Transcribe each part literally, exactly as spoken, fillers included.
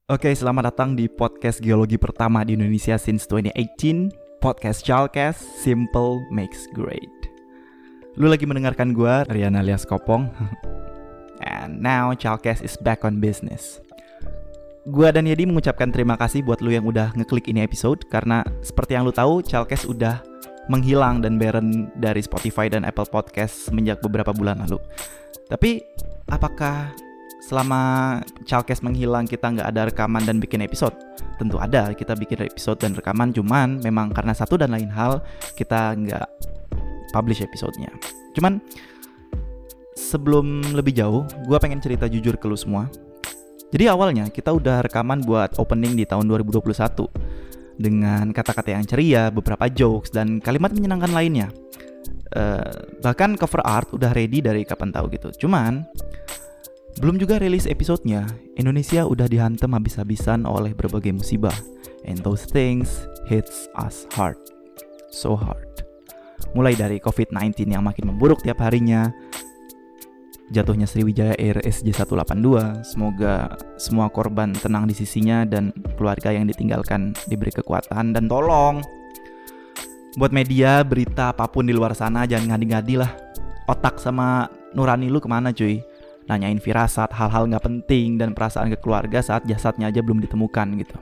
Oke, selamat datang di podcast geologi pertama di Indonesia since twenty eighteen. Podcast Chalkes, Simple Makes Great. Lu lagi mendengarkan gua, Rian alias Kopong. And now Chalkes is back on business. Gua dan Yedi mengucapkan terima kasih buat lu yang udah ngeklik ini episode. Karena seperti yang lu tahu, Chalkes udah menghilang dan barren dari Spotify dan Apple Podcast semenjak beberapa bulan lalu. Tapi apakah selama Chalkes menghilang kita nggak ada rekaman dan bikin episode? Tentu ada, kita bikin episode dan rekaman, cuman memang karena satu dan lain hal kita nggak publish episodenya. Cuman sebelum lebih jauh, gue pengen cerita jujur ke lu semua. Jadi awalnya kita udah rekaman buat opening di tahun dua ribu dua puluh satu dengan kata-kata yang ceria, beberapa jokes, dan kalimat menyenangkan lainnya. uh, Bahkan cover art udah ready dari kapan tahu gitu. Cuman belum juga rilis episodenya, Indonesia udah dihantam habis-habisan oleh berbagai musibah. And those things hits us hard. So hard. Mulai dari covid sembilan belas yang makin memburuk tiap harinya, jatuhnya Sriwijaya Air S J seratus delapan puluh dua. Semoga semua korban tenang di sisinya dan keluarga yang ditinggalkan diberi kekuatan. Dan tolong, buat media, berita, apapun di luar sana, jangan ngadi-ngadi lah. Otak sama nurani lu kemana cuy? Nanyain firasat, hal-hal gak penting, dan perasaan ke keluarga saat jasadnya aja belum ditemukan gitu.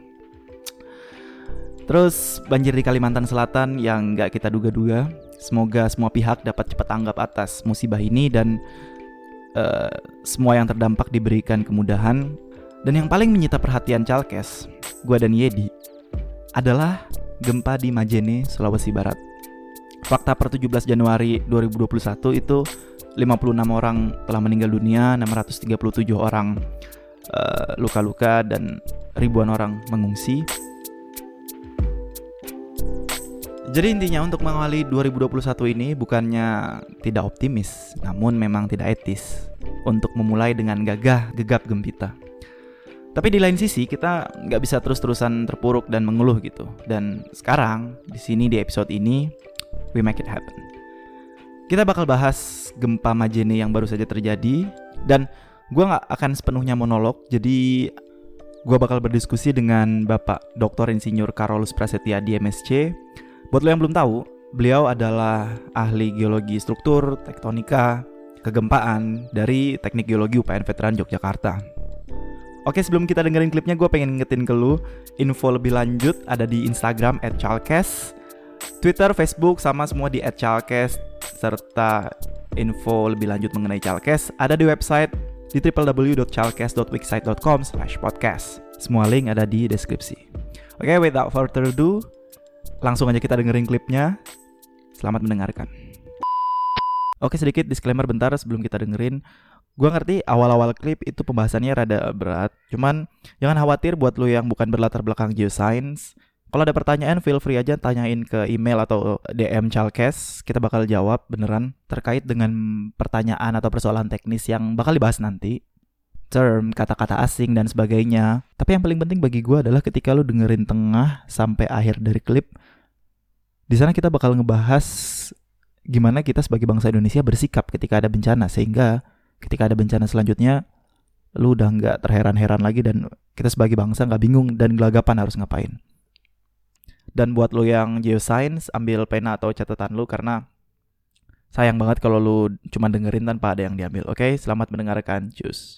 Terus banjir di Kalimantan Selatan yang gak kita duga-duga. Semoga semua pihak dapat cepat tanggap atas musibah ini dan uh, semua yang terdampak diberikan kemudahan. Dan yang paling menyita perhatian Chalkes, gua dan Yedi, adalah gempa di Majene, Sulawesi Barat. Fakta per tujuh belas Januari dua ribu dua puluh satu itu lima puluh enam orang telah meninggal dunia, enam ratus tiga puluh tujuh orang uh, luka-luka, dan ribuan orang mengungsi. Jadi intinya untuk mengawali dua ribu dua puluh satu ini bukannya tidak optimis, namun memang tidak etis untuk memulai dengan gagah, gegap gempita. Tapi di lain sisi kita nggak bisa terus-terusan terpuruk dan mengeluh gitu. Dan sekarang di sini di episode ini we make it happen. Kita bakal bahas gempa Majene yang baru saja terjadi. Dan gue gak akan sepenuhnya monolog. Jadi gue bakal berdiskusi dengan Bapak Doktor Insinyur Carolus Prasetya D M S C. Buat lo yang belum tahu, beliau adalah ahli geologi struktur, tektonika, kegempaan dari Teknik Geologi U P N Veteran Yogyakarta. Oke, sebelum kita dengerin klipnya, gue pengen ngingetin ke lo, info lebih lanjut ada di Instagram at chalkes, Twitter, Facebook, sama semua di at chalkes, serta info lebih lanjut mengenai Chalkes ada di website di w w w dot chalkes dot wixsite dot com slash podcast. Semua link ada di deskripsi. Oke, okay, without further ado, langsung aja kita dengerin klipnya. Selamat mendengarkan. Oke, okay, sedikit disclaimer bentar sebelum kita dengerin. Gua ngerti awal-awal klip itu pembahasannya rada berat. Cuman jangan khawatir buat lo yang bukan berlatar belakang geoscience. Kalau ada pertanyaan, feel free aja tanyain ke email atau D M Chalkes. Kita bakal jawab beneran terkait dengan pertanyaan atau persoalan teknis yang bakal dibahas nanti. Term, kata-kata asing, dan sebagainya. Tapi yang paling penting bagi gue adalah ketika lu dengerin tengah sampai akhir dari klip, di sana kita bakal ngebahas gimana kita sebagai bangsa Indonesia bersikap ketika ada bencana. Sehingga ketika ada bencana selanjutnya, lu udah gak terheran-heran lagi dan kita sebagai bangsa gak bingung dan gelagapan harus ngapain. Dan buat lo yang geoscience, ambil pena atau catatan lo karena sayang banget kalau lo cuma dengerin tanpa ada yang diambil. Oke, selamat mendengarkan. Cus.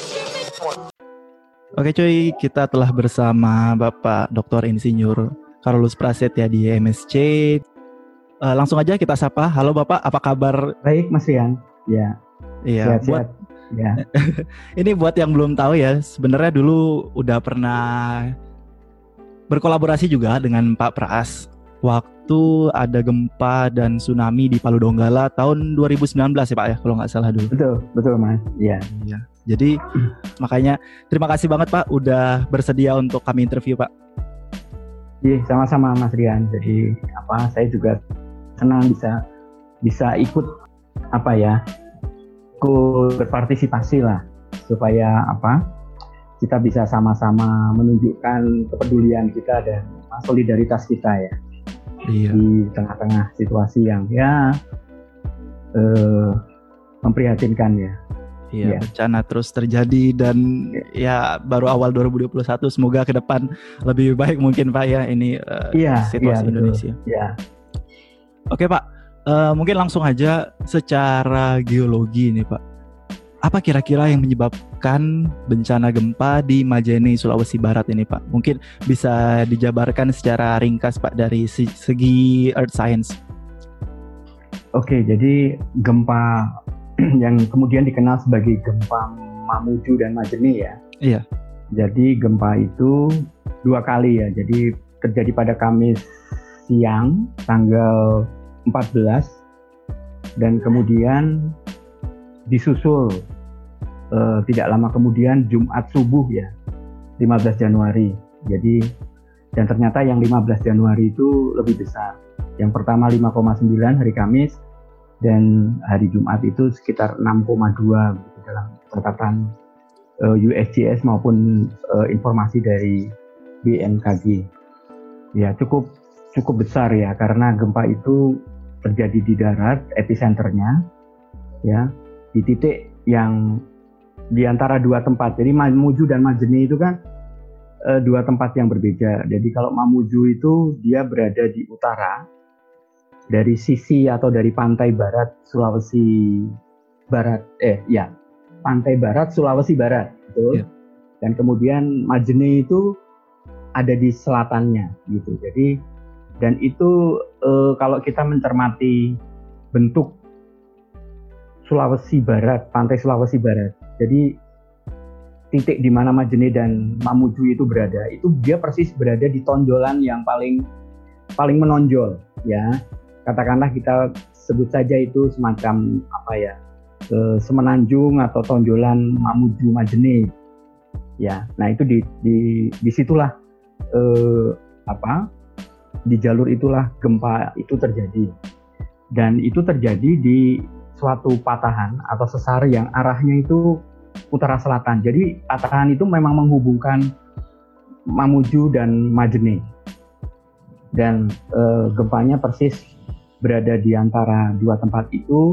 Oke cuy, kita telah bersama Bapak Doktor Insinyur Carolus Prasetya di M S C. Uh, langsung aja kita sapa. Halo Bapak, apa kabar? Baik Mas Rian. Ya. Iya, buat ya. Ini buat yang belum tahu ya, sebenarnya dulu udah pernah berkolaborasi juga dengan Pak Pras waktu ada gempa dan tsunami di Palu Donggala tahun dua ribu sembilan belas ya Pak ya, kalau nggak salah dulu. Betul, betul Mas. Iya. Iya. Jadi makanya terima kasih banget Pak udah bersedia untuk kami interview Pak. Iya, sama-sama Mas Rian. Jadi apa, saya juga senang bisa bisa ikut apa ya, ikut berpartisipasi lah supaya apa, kita bisa sama-sama menunjukkan kepedulian kita dan solidaritas kita ya. Iya. Di tengah-tengah situasi yang ya eh, memprihatinkan ya. Iya, ya. Bencana terus terjadi dan ya. ya baru awal dua ribu dua puluh satu, semoga ke depan lebih baik mungkin Pak ya ini uh, ya, situasi ya, Indonesia. Ya. Oke Pak, uh, mungkin langsung aja secara geologi nih Pak. Apa kira-kira yang menyebabkan bencana gempa di Majene, Sulawesi Barat ini Pak? Mungkin bisa dijabarkan secara ringkas Pak dari segi Earth Science. Oke, jadi gempa yang kemudian dikenal sebagai gempa Mamuju dan Majene ya. Iya. Jadi gempa itu dua kali ya. Jadi terjadi pada Kamis siang tanggal empat belas dan kemudian disusul eh, tidak lama kemudian Jumat subuh ya, lima belas Januari. Jadi dan ternyata yang lima belas Januari itu lebih besar. Yang pertama lima koma sembilan hari Kamis dan hari Jumat itu sekitar enam koma dua gitu, dalam catatan uh, U S G S maupun uh, informasi dari B M K G. Ya cukup cukup besar ya, karena gempa itu terjadi di darat, epicenternya ya di titik yang di antara dua tempat. Jadi Mamuju dan Majene itu kan uh, dua tempat yang berbeda. Jadi kalau Mamuju itu dia berada di utara, dari sisi atau dari pantai barat Sulawesi Barat, eh ya pantai barat Sulawesi Barat, betul. Yeah. Dan kemudian Majene itu ada di selatannya, gitu. Jadi dan itu eh, kalau kita mencermati bentuk Sulawesi Barat, pantai Sulawesi Barat, jadi titik di mana Majene dan Mamuju itu berada, itu dia persis berada di tonjolan yang paling paling menonjol, ya. Katakanlah kita sebut saja itu semacam apa ya, e, semenanjung atau tonjolan Mamuju Majene, ya. Nah itu di di disitulah e, apa di jalur itulah gempa itu terjadi, dan itu terjadi di suatu patahan atau sesar yang arahnya itu utara selatan. Jadi patahan itu memang menghubungkan Mamuju dan Majene, dan e, gempanya persis berada di antara dua tempat itu.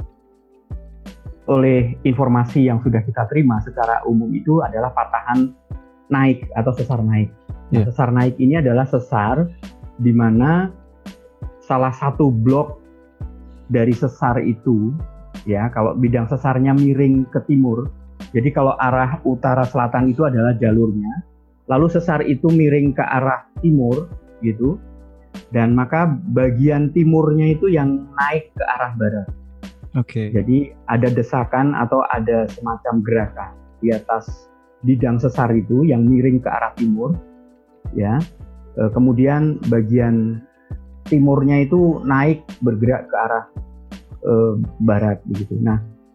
Oleh informasi yang sudah kita terima secara umum itu adalah patahan naik atau sesar naik. Yeah. Nah, sesar naik ini adalah sesar di mana salah satu blok dari sesar itu, ya, kalau bidang sesarnya miring ke timur, jadi kalau arah utara selatan itu adalah jalurnya, lalu sesar itu miring ke arah timur, gitu. Dan maka bagian timurnya itu yang naik ke arah barat. Oke. Okay. Jadi ada desakan atau ada semacam gerakan di atas bidang sesar itu yang miring ke arah timur, ya. E, kemudian bagian timurnya itu naik bergerak ke arah e, barat, begitu. Nah,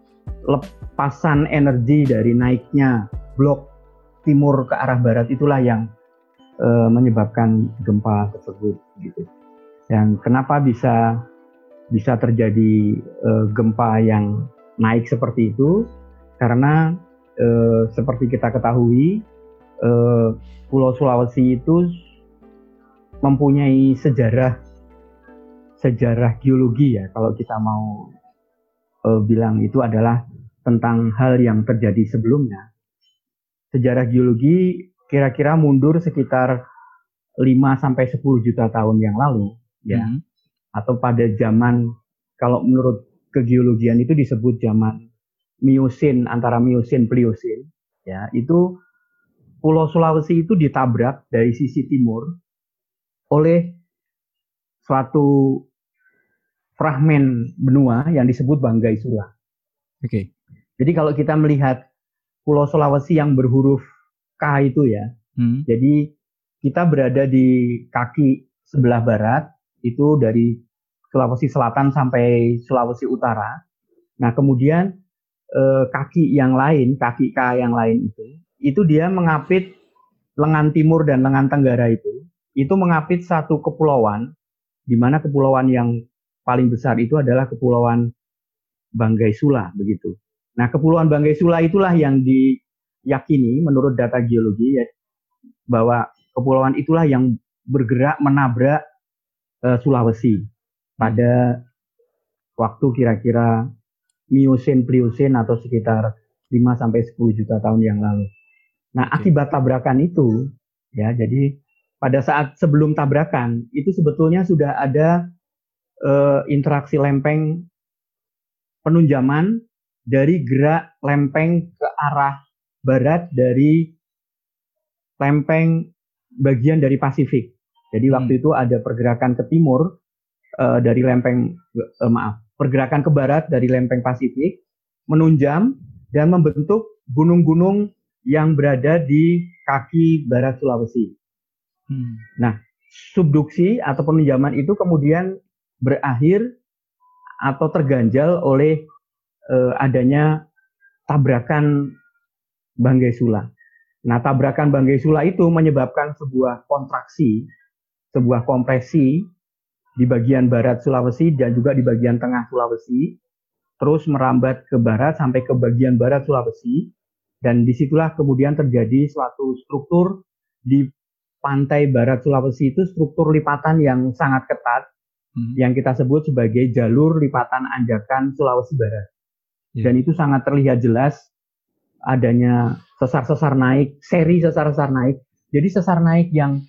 lepasan energi dari naiknya blok timur ke arah barat itulah yang E, menyebabkan gempa tersebut, gitu. Dan kenapa bisa bisa terjadi e, gempa yang naik seperti itu? Karena e, seperti kita ketahui, e, Pulau Sulawesi itu mempunyai sejarah sejarah geologi ya. Kalau kita mau e, bilang itu adalah tentang hal yang terjadi sebelumnya. Sejarah geologi kira-kira mundur sekitar lima sampai sepuluh juta tahun yang lalu, ya. Hmm. Atau pada zaman, kalau menurut kegeologian itu disebut zaman Miosin, antara Miosin Pliosin, ya. Itu Pulau Sulawesi itu ditabrak dari sisi timur oleh suatu fragmen benua yang disebut Banggai Sula. Oke. Okay. Jadi kalau kita melihat Pulau Sulawesi yang berhuruf K itu ya, hmm. jadi kita berada di kaki sebelah barat, itu dari Sulawesi Selatan sampai Sulawesi Utara. Nah kemudian eh, kaki yang lain, kaki K yang lain itu, itu dia mengapit lengan timur dan lengan tenggara itu, itu mengapit satu kepulauan, di mana kepulauan yang paling besar itu adalah kepulauan Banggai Sula, begitu. Nah kepulauan Banggai Sula itulah yang di yakini menurut data geologi ya, bahwa kepulauan itulah yang bergerak menabrak uh, Sulawesi pada waktu kira-kira Miosin Pliosin atau sekitar lima sampai sepuluh juta tahun yang lalu. Nah, Oke. akibat tabrakan itu, ya, jadi pada saat sebelum tabrakan itu sebetulnya sudah ada eh, interaksi lempeng penunjaman dari gerak lempeng ke arah barat dari lempeng bagian dari Pasifik. Jadi Hmm. waktu itu ada pergerakan ke timur eh, dari lempeng eh, maaf, pergerakan ke barat dari lempeng Pasifik menunjam dan membentuk gunung-gunung yang berada di kaki barat Sulawesi. Hmm. Nah, subduksi atau penunjaman itu kemudian berakhir atau terganjal oleh eh, adanya tabrakan Banggai Sula. Nah, tabrakan Banggai Sula itu menyebabkan sebuah kontraksi, sebuah kompresi di bagian barat Sulawesi dan juga di bagian tengah Sulawesi, terus merambat ke barat sampai ke bagian barat Sulawesi, dan disitulah kemudian terjadi suatu struktur di pantai barat Sulawesi itu, struktur lipatan yang sangat ketat, hmm. yang kita sebut sebagai jalur lipatan anjakan Sulawesi Barat. Yeah. Dan itu sangat terlihat jelas adanya sesar-sesar naik, seri sesar-sesar naik. Jadi sesar naik yang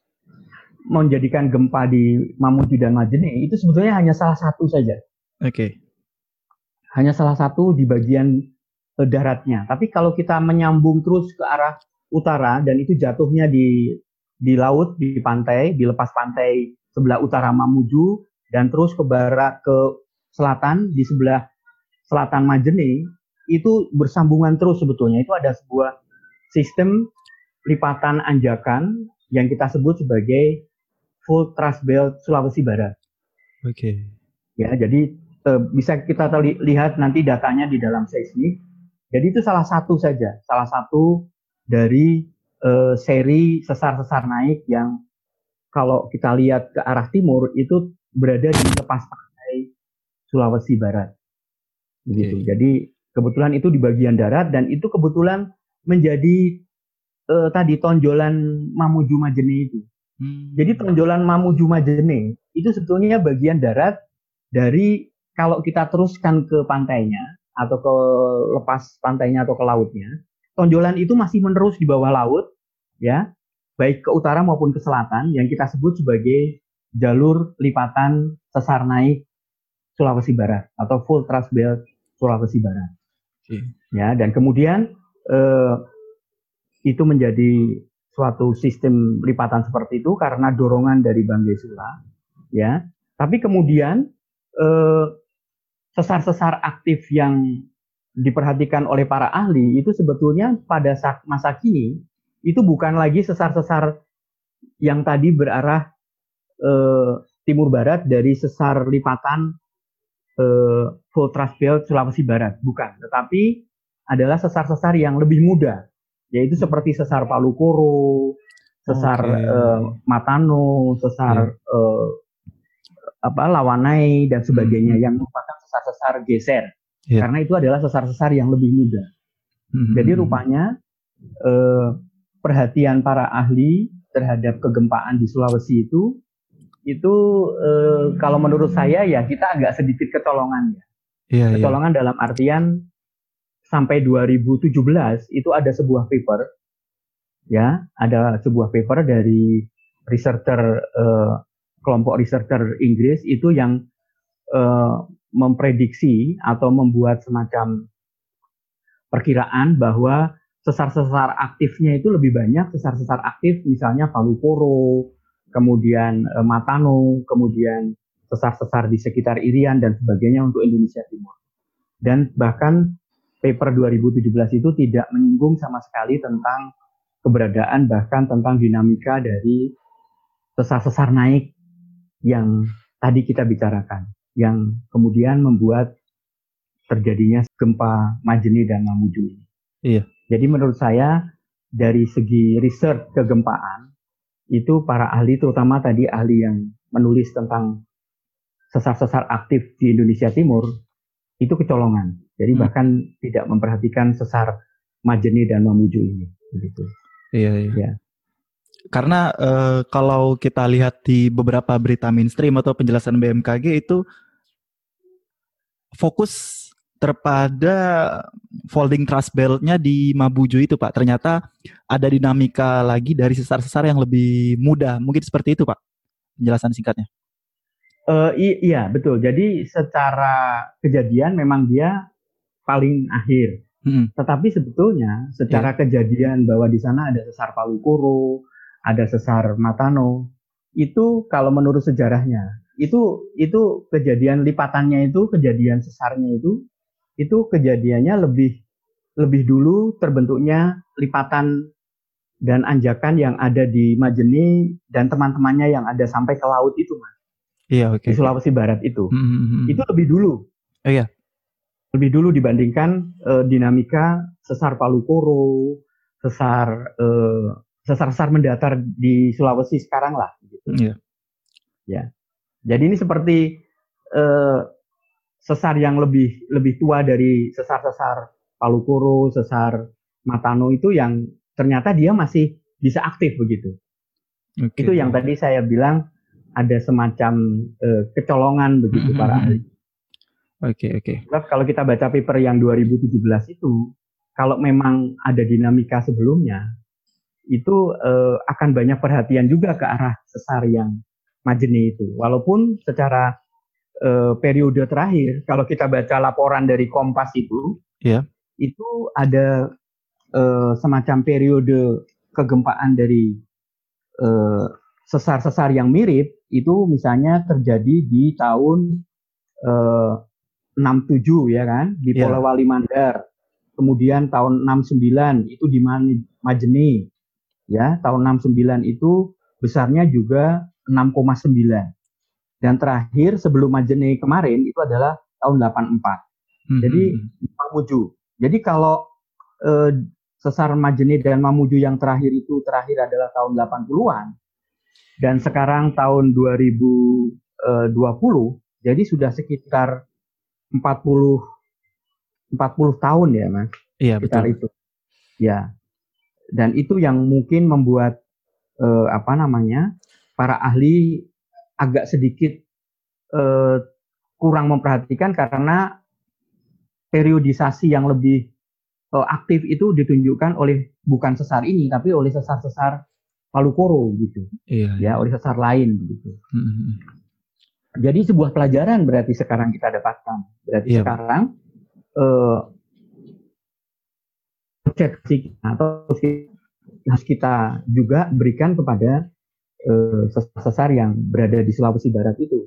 menjadikan gempa di Mamuju dan Majene itu sebetulnya hanya salah satu saja. Oke. Okay. Hanya salah satu di bagian eh, daratnya. Tapi kalau kita menyambung terus ke arah utara dan itu jatuhnya di di laut, di pantai, di lepas pantai sebelah utara Mamuju dan terus ke barat ke selatan di sebelah selatan Majene, itu bersambungan terus sebetulnya. Itu ada sebuah sistem lipatan anjakan yang kita sebut sebagai Fault Thrust Belt Sulawesi Barat. Oke. Okay. Ya, jadi eh, bisa kita lihat nanti datanya di dalam seismik. Jadi itu salah satu saja, salah satu dari eh, seri sesar-sesar naik yang kalau kita lihat ke arah timur itu berada di lepas pantai Sulawesi Barat. Begitu. Okay. Jadi kebetulan itu di bagian darat dan itu kebetulan menjadi eh, tadi tonjolan Mamuju Majene itu. Hmm. Jadi tonjolan Mamuju Majene itu sebetulnya bagian darat dari kalau kita teruskan ke pantainya atau ke lepas pantainya atau ke lautnya, tonjolan itu masih menerus di bawah laut, ya, baik ke utara maupun ke selatan yang kita sebut sebagai jalur lipatan sesar naik Sulawesi Barat atau Fault Thrust Belt Sulawesi Barat. Okay. Ya, dan kemudian eh, itu menjadi suatu sistem lipatan seperti itu karena dorongan dari Banggai Sula, ya. Tapi kemudian eh, sesar-sesar aktif yang diperhatikan oleh para ahli itu sebetulnya pada saat masa kini itu bukan lagi sesar-sesar yang tadi berarah eh, timur barat dari sesar lipatan eh, Fault Thrust Belt Sulawesi Barat, bukan, tetapi adalah sesar-sesar yang lebih muda, yaitu seperti sesar Palu Koro, sesar okay. eh, Matano, sesar yeah. eh, apa Lawanai dan sebagainya, hmm. yang merupakan sesar-sesar geser, yeah. karena itu adalah sesar-sesar yang lebih muda. Hmm. Jadi rupanya eh, perhatian para ahli terhadap kegempaan di Sulawesi itu, itu eh, kalau menurut saya ya kita agak sedikit kecolongan ya. Yeah, kecolongan yeah. dalam artian sampai dua ribu tujuh belas itu ada sebuah paper, ya, ada sebuah paper dari researcher eh, kelompok researcher Inggris itu yang eh, memprediksi atau membuat semacam perkiraan bahwa sesar-sesar aktifnya itu lebih banyak sesar-sesar aktif misalnya Palu Koro, kemudian eh, Matano, kemudian sesar-sesar di sekitar Irian dan sebagainya untuk Indonesia Timur. Dan bahkan paper dua ribu tujuh belas itu tidak menyinggung sama sekali tentang keberadaan bahkan tentang dinamika dari sesar-sesar naik yang tadi kita bicarakan, yang kemudian membuat terjadinya gempa Majene dan Mamuju. Iya. Jadi menurut saya dari segi riset kegempaan itu para ahli, terutama tadi ahli yang menulis tentang sesar-sesar aktif di Indonesia Timur itu kecolongan. Jadi hmm. bahkan tidak memperhatikan sesar Majene dan Mamuju ini. Begitu. Iya, iya. Ya. Karena uh, kalau kita lihat di beberapa berita mainstream atau penjelasan B M K G itu fokus terpada folding trust belt-nya di Mabuju itu Pak, ternyata ada dinamika lagi dari sesar-sesar yang lebih muda. Mungkin seperti itu Pak, penjelasan singkatnya. Uh, i- iya betul. Jadi secara kejadian memang dia paling akhir. Hmm. Tetapi sebetulnya secara yeah. kejadian bahwa di sana ada sesar Palu Koro, ada sesar Matano, itu kalau menurut sejarahnya itu itu kejadian lipatannya itu kejadian sesarnya itu itu kejadiannya lebih lebih dulu terbentuknya lipatan dan anjakan yang ada di Majene dan teman-temannya yang ada sampai ke laut itu Mas. Iya, oke. Okay, di Sulawesi okay. Barat itu. Mm-hmm. Itu lebih dulu. Oh iya. Lebih dulu dibandingkan uh, dinamika sesar Palu Koro, sesar uh, sesar-sesar mendatar di Sulawesi sekarang lah gitu. Iya. Ya. Jadi ini seperti uh, sesar yang lebih lebih tua dari sesar-sesar Palu Koro, sesar Matano itu yang ternyata dia masih bisa aktif begitu. Okay. Itu yang tadi saya bilang ada semacam uh, kecolongan begitu mm-hmm. para ahli. Oke, okay, oke. Okay. Kalau kita baca paper yang dua ribu tujuh belas itu, kalau memang ada dinamika sebelumnya, itu uh, akan banyak perhatian juga ke arah sesar yang Majene itu. Walaupun secara uh, periode terakhir, kalau kita baca laporan dari Kompas itu, yeah. itu ada uh, semacam periode kegempaan dari uh, sesar-sesar yang mirip, itu misalnya terjadi di tahun uh, enam puluh tujuh ya kan di yeah. Polewali Mandar, kemudian tahun enam puluh sembilan itu di Majene ya, tahun enam puluh sembilan itu besarnya juga enam koma sembilan, dan terakhir sebelum Majene kemarin itu adalah tahun delapan puluh empat. Mm-hmm. Jadi Mamuju. Jadi kalau eh, sesar Majene dan Mamuju yang terakhir itu terakhir adalah tahun delapan puluhan dan sekarang tahun dua ribu dua puluh, jadi sudah sekitar empat puluh tahun ya Mas. Iya betul itu. Ya. Dan itu yang mungkin membuat eh, apa namanya? para ahli agak sedikit eh, kurang memperhatikan karena periodisasi yang lebih eh, aktif itu ditunjukkan oleh bukan sesar ini tapi oleh sesar-sesar Palu Koro gitu. Iya, ya, iya. oleh sesar lain begitu. Mm-hmm. Jadi sebuah pelajaran berarti sekarang kita dapatkan. Berarti yeah. sekarang uh, atau harus kita juga berikan kepada uh, sesar yang berada di Sulawesi Barat itu.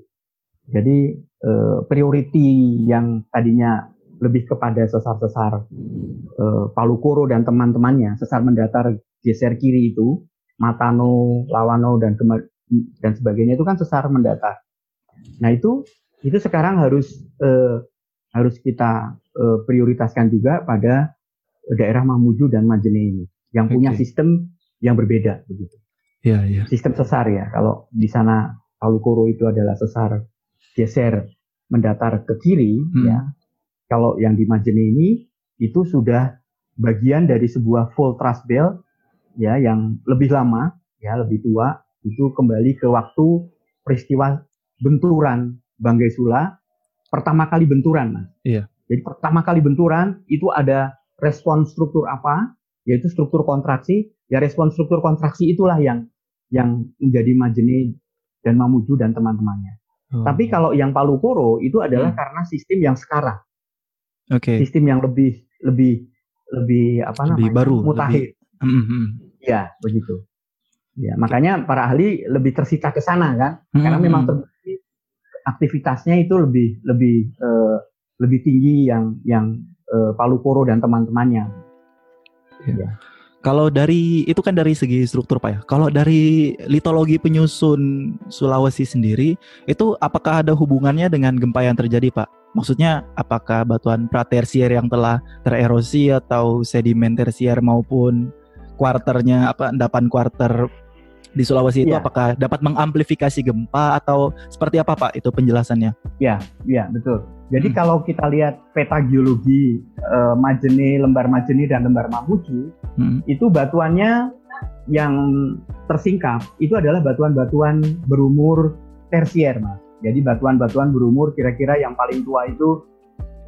Jadi uh, priority yang tadinya lebih kepada sesar-sesar uh, Palu Koro dan teman-temannya, sesar mendatar geser kiri itu, Matano, Lawano dan kema- dan sebagainya itu kan sesar mendatar. Nah itu itu sekarang harus eh, harus kita eh, prioritaskan juga pada daerah Mamuju dan Majene ini yang punya okay. sistem yang berbeda begitu. Yeah, yeah. Sistem sesar ya. Kalau di sana Palu Koro itu adalah sesar geser mendatar ke kiri hmm. ya. Kalau yang di Majene ini itu sudah bagian dari sebuah full trust belt ya yang lebih lama ya lebih tua, itu kembali ke waktu peristiwa benturan Banggai Sula, pertama kali benturan, Mas. Iya. Jadi pertama kali benturan itu ada respon struktur apa? Yaitu struktur kontraksi. Ya respon struktur kontraksi itulah yang yang menjadi Majene dan Mamuju dan teman-temannya. Oh. Tapi kalau yang Palu Koro itu adalah hmm. karena sistem yang sekarang. Oke. Okay. Sistem yang lebih lebih lebih apa lebih namanya? baru, mutakhir. Mm-hmm. Ya, begitu. Ya, makanya para ahli lebih tersita ke sana kan, hmm. karena memang terbukti aktivitasnya itu lebih lebih uh, lebih tinggi yang yang uh, Palu Koro dan teman-temannya. Ya. Ya. Kalau dari itu kan dari segi struktur Pak ya. Kalau dari litologi penyusun Sulawesi sendiri, itu apakah ada hubungannya dengan gempa yang terjadi Pak? Maksudnya apakah batuan pratersier yang telah tererosi atau sedimen tersier maupun kuarternya apa endapan kuarter di Sulawesi itu ya. Apakah dapat mengamplifikasi gempa atau seperti apa Pak itu penjelasannya? Ya, ya betul. Jadi hmm. kalau kita lihat peta geologi uh, Majene, lembar Majene dan lembar Mamuju, hmm. itu batuannya yang tersingkap itu adalah batuan-batuan berumur tersier, Mas. Jadi batuan-batuan berumur kira-kira yang paling tua itu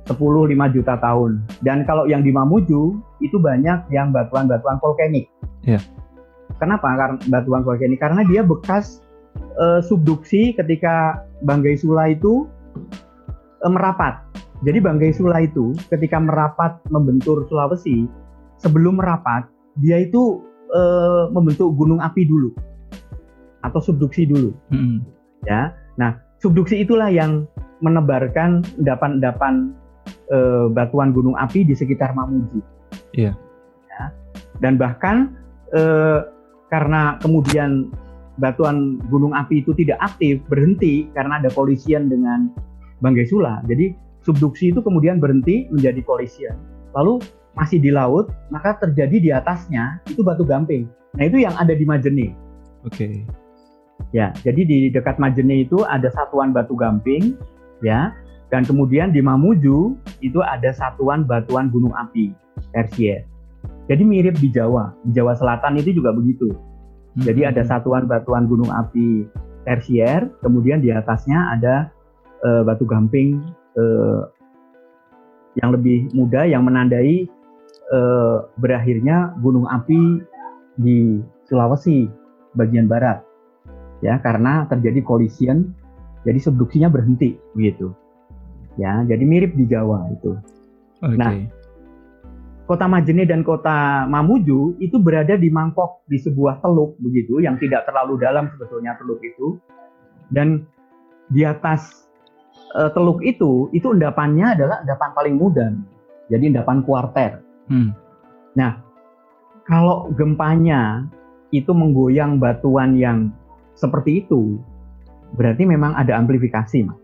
sepuluh sampai lima juta tahun. Dan kalau yang di Mamuju itu banyak yang batuan-batuan volkanik. Iya. Kenapa? Karena batuan volkanik karena dia bekas uh, subduksi ketika Banggai Sula itu uh, merapat. Jadi Banggai Sula itu ketika merapat membentur Sulawesi, sebelum merapat dia itu uh, membentuk gunung api dulu atau subduksi dulu. Mm-hmm. Ya. Nah, subduksi itulah yang menebarkan endapan-endapan uh, batuan gunung api di sekitar Mamuju. Iya. Ya. Dan bahkan uh, karena kemudian batuan gunung api itu tidak aktif, berhenti karena ada kolisian dengan Banggai Sula. Jadi subduksi itu kemudian berhenti menjadi kolisian. Lalu masih di laut, maka terjadi di atasnya itu batu gamping. Nah, itu yang ada di Majene. Oke. Okay. Ya, jadi di dekat Majene itu ada satuan batu gamping, ya. Dan kemudian di Mamuju itu ada satuan batuan gunung api tersier. Jadi mirip di Jawa. Di Jawa Selatan itu juga begitu. Hmm. Jadi ada satuan batuan gunung api tersier, kemudian di atasnya ada uh, batu gamping uh, yang lebih muda yang menandai uh, berakhirnya gunung api di Sulawesi bagian barat. Ya, karena terjadi collision, jadi subduksinya berhenti begitu. Ya, jadi mirip di Jawa itu. Okay. Nah, Kota Majene dan Kota Mamuju itu berada di mangkok di sebuah teluk begitu, yang tidak terlalu dalam sebetulnya teluk itu. Dan di atas uh, teluk itu, itu endapannya adalah endapan paling muda. Jadi endapan kuarter. Hmm. Nah, kalau gempanya itu menggoyang batuan yang seperti itu, berarti memang ada amplifikasi, Mas.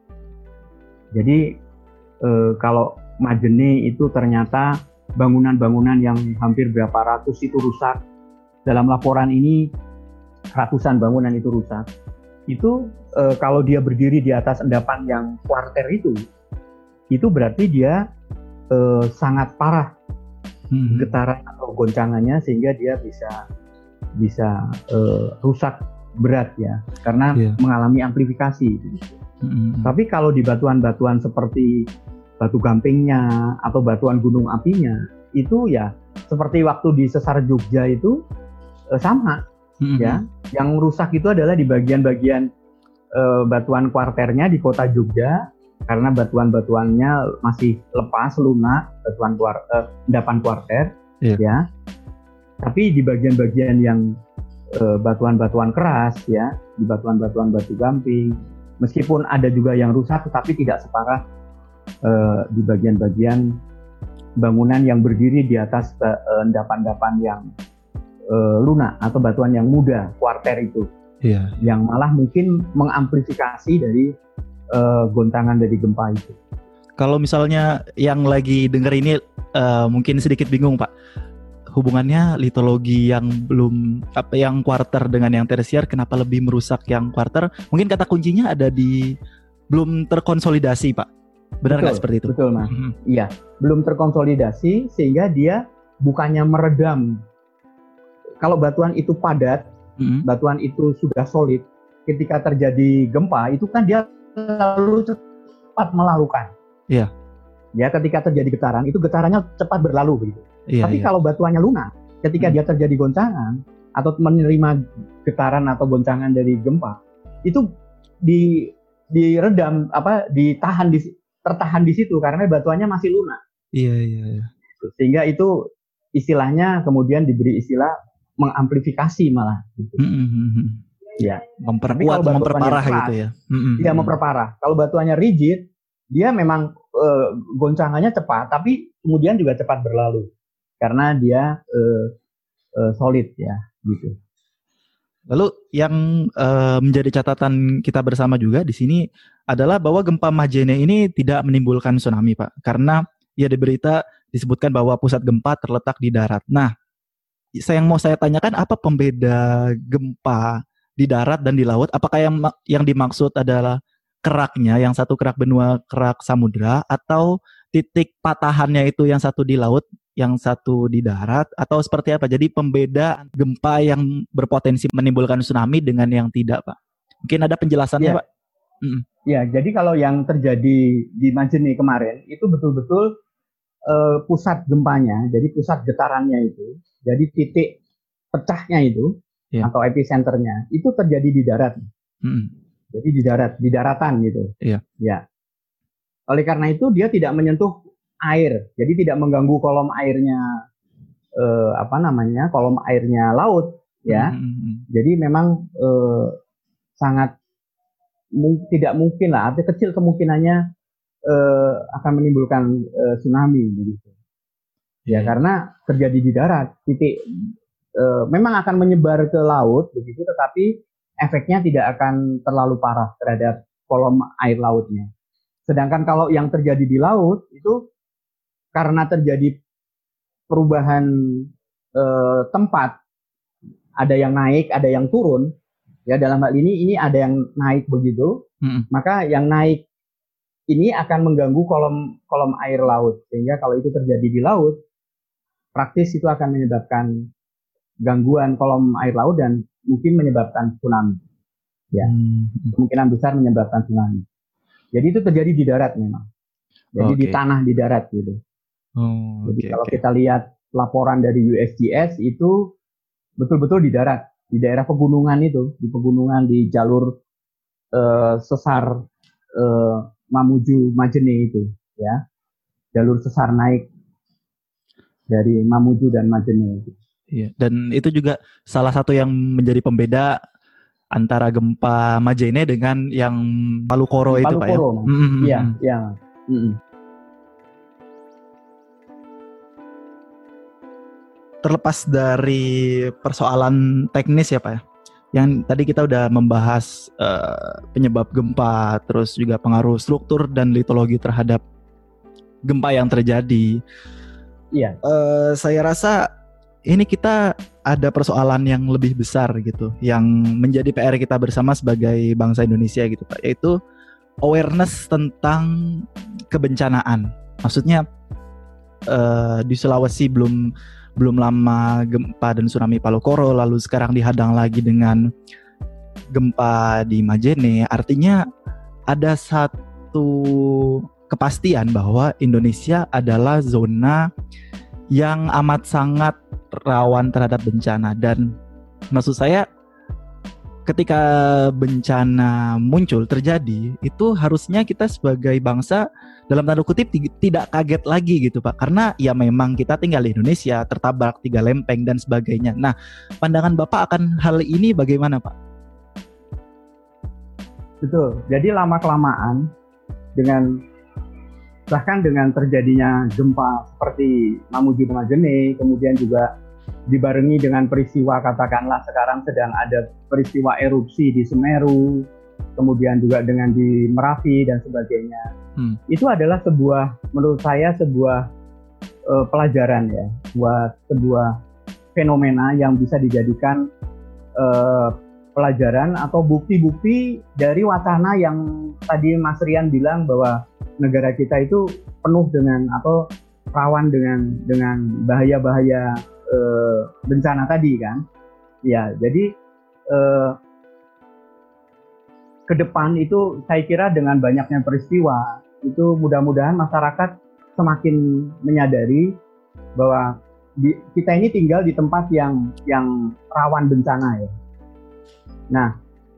Jadi uh, kalau Majene itu ternyata bangunan-bangunan yang hampir berapa ratus itu rusak. Dalam laporan ini ratusan bangunan itu rusak. Itu e, kalau dia berdiri di atas endapan yang kuarter itu, itu berarti dia e, sangat parah hmm. getaran atau goncangannya sehingga dia bisa bisa e, rusak berat ya, karena yeah. mengalami amplifikasi. Hmm. Tapi kalau di batuan-batuan seperti batu gampingnya atau batuan gunung apinya itu ya seperti waktu di Sesar Jogja itu eh, sama mm-hmm. ya. Yang rusak itu adalah di bagian-bagian eh, batuan kuarternya di kota Jogja karena batuan-batuannya masih lepas lunak, batuan kuar, eh, endapan kuarter yeah. ya. Tapi di bagian-bagian yang eh, batuan-batuan keras ya, di batuan-batuan batu gamping meskipun ada juga yang rusak tetapi tidak separah Uh, di bagian-bagian bangunan yang berdiri di atas uh, endapan-endapan yang uh, lunak atau batuan yang muda, kuarter itu, yeah. yang malah mungkin mengamplifikasi dari uh, goncangan dari gempa itu. Kalau misalnya yang lagi dengar ini uh, mungkin sedikit bingung, Pak, hubungannya litologi yang belum apa yang kuarter dengan yang tersier, kenapa lebih merusak yang kuarter? Mungkin kata kuncinya ada di belum terkonsolidasi, Pak. Benar nggak seperti itu? Betul, Mas. Mm-hmm. Iya, belum terkonsolidasi sehingga dia bukannya meredam. Kalau batuan itu padat, mm-hmm. batuan itu sudah solid, ketika terjadi gempa itu kan dia lalu cepat melalukan. Iya. Ya, ketika terjadi getaran itu getarannya cepat berlalu begitu. Iya, Tapi iya. kalau batuannya lunak, ketika mm-hmm. dia terjadi goncangan atau menerima getaran atau goncangan dari gempa, itu di diredam apa ditahan di tertahan di situ karena batuannya masih lunak. Iya, iya, iya. Sehingga itu istilahnya kemudian diberi istilah mengamplifikasi malah. Gitu. Mm-hmm. Ya. Memperkuat, memperparah keras, gitu ya. Mm-hmm. Iya, memperparah. Kalau batuannya rigid, dia memang e, goncangannya cepat, tapi kemudian juga cepat berlalu karena dia e, e, solid ya, gitu. Lalu yang uh, menjadi catatan kita bersama juga di sini adalah bahwa gempa Majene ini tidak menimbulkan tsunami, Pak. Karena ya di berita disebutkan bahwa pusat gempa terletak di darat. Nah, saya yang mau saya tanyakan apa pembeda gempa di darat dan di laut? Apakah yang yang dimaksud adalah keraknya, yang satu kerak benua, kerak samudra, atau titik patahannya itu yang satu di laut, yang satu di darat, atau seperti apa? Jadi pembeda gempa yang berpotensi menimbulkan tsunami dengan yang tidak, Pak. Mungkin ada penjelasannya, ya. Pak? Mm-mm. Ya, jadi kalau yang terjadi di Majene kemarin itu betul-betul uh, pusat gempanya, jadi pusat getarannya itu, jadi titik pecahnya itu Yeah. atau epicenternya itu terjadi di darat. Mm-mm. Jadi di darat, di daratan gitu. Yeah. Ya. Oleh karena itu dia tidak menyentuh air, jadi tidak mengganggu kolom airnya uh, apa namanya kolom airnya laut, ya. Mm-mm. Jadi memang uh, sangat mung- tidak mungkin lah, artinya kecil kemungkinannya uh, akan menimbulkan uh, tsunami begitu. Ya, Yeah. karena terjadi di darat, titik uh, memang akan menyebar ke laut begitu, tetapi efeknya tidak akan terlalu parah terhadap kolom air lautnya. Sedangkan kalau yang terjadi di laut itu karena terjadi perubahan uh, tempat, ada yang naik, ada yang turun. Ya, dalam hal ini ini ada yang naik begitu, Mm-mm. maka yang naik ini akan mengganggu kolom kolom air laut, sehingga kalau itu terjadi di laut, praktis itu akan menyebabkan gangguan kolom air laut dan mungkin menyebabkan tsunami. Ya, Mm-mm. kemungkinan besar menyebabkan tsunami. Jadi itu terjadi di darat memang. Jadi Okay. di tanah di darat gitu. Oh, Jadi okay, kalau okay. kita lihat laporan dari U S G S itu betul-betul di darat, di daerah pegunungan itu, di pegunungan di jalur uh, sesar uh, Mamuju Majene itu, ya, jalur sesar naik dari Mamuju dan Majene itu. Iya. Dan itu juga salah satu yang menjadi pembeda antara gempa Majene dengan yang Palu Koro itu, Pak ya. Palu Koro, Mm-mm. iya, iya. Mm-mm. Terlepas dari persoalan teknis ya Pak ya, yang tadi kita udah membahas uh, penyebab gempa, terus juga pengaruh struktur dan litologi terhadap gempa yang terjadi. Iya. Uh, saya rasa ini kita ada persoalan yang lebih besar gitu, yang menjadi P R kita bersama sebagai bangsa Indonesia gitu Pak, yaitu awareness tentang kebencanaan. Maksudnya uh, di Sulawesi belum belum lama gempa dan tsunami Palu Koro, lalu sekarang dihadang lagi dengan gempa di Majene. Artinya ada satu kepastian bahwa Indonesia adalah zona yang amat sangat rawan terhadap bencana. Dan maksud saya ketika bencana muncul, terjadi, itu harusnya kita sebagai bangsa dalam tanda kutip tidak kaget lagi gitu Pak, karena ya memang kita tinggal di Indonesia, tertabrak tiga lempeng dan sebagainya. Nah, pandangan Bapak akan hal ini bagaimana Pak? Betul, jadi lama-kelamaan dengan bahkan dengan terjadinya gempa seperti Mamuju Majene, kemudian juga dibarengi dengan peristiwa, katakanlah sekarang sedang ada peristiwa erupsi di Semeru, kemudian juga dengan di Merapi dan sebagainya. Hmm. Itu adalah sebuah, menurut saya sebuah uh, pelajaran ya, buat sebuah fenomena yang bisa dijadikan uh, pelajaran atau bukti-bukti dari wacana yang tadi Mas Rian bilang bahwa negara kita itu penuh dengan atau rawan dengan dengan bahaya-bahaya uh, bencana tadi kan. Ya, jadi uh, ke depan itu saya kira dengan banyaknya peristiwa itu mudah-mudahan masyarakat semakin menyadari bahwa di, kita ini tinggal di tempat yang yang rawan bencana ya. Nah,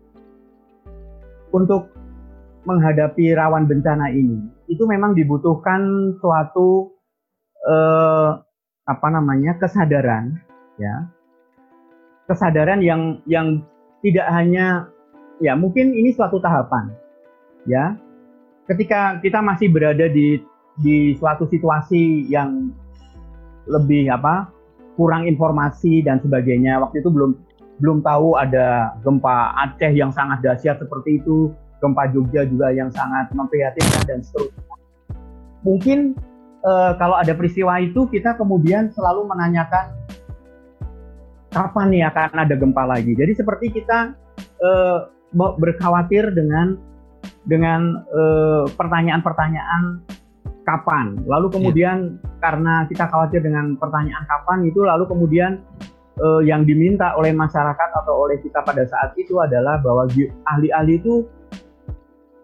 untuk menghadapi rawan bencana ini itu memang dibutuhkan suatu eh, apa namanya kesadaran ya, kesadaran yang yang tidak hanya ya mungkin ini suatu tahapan ya. Ketika kita masih berada di di suatu situasi yang lebih apa kurang informasi dan sebagainya, waktu itu belum belum tahu ada gempa Aceh yang sangat dahsyat seperti itu, gempa Jogja juga yang sangat memprihatinkan dan seterusnya. Mungkin eh, kalau ada peristiwa itu kita kemudian selalu menanyakan kapan nih akan ada gempa lagi. Jadi seperti kita eh, berkhawatir dengan dengan uh, pertanyaan-pertanyaan kapan, lalu kemudian yeah. karena kita khawatir dengan pertanyaan kapan itu, lalu kemudian uh, yang diminta oleh masyarakat atau oleh kita pada saat itu adalah bahwa ahli-ahli itu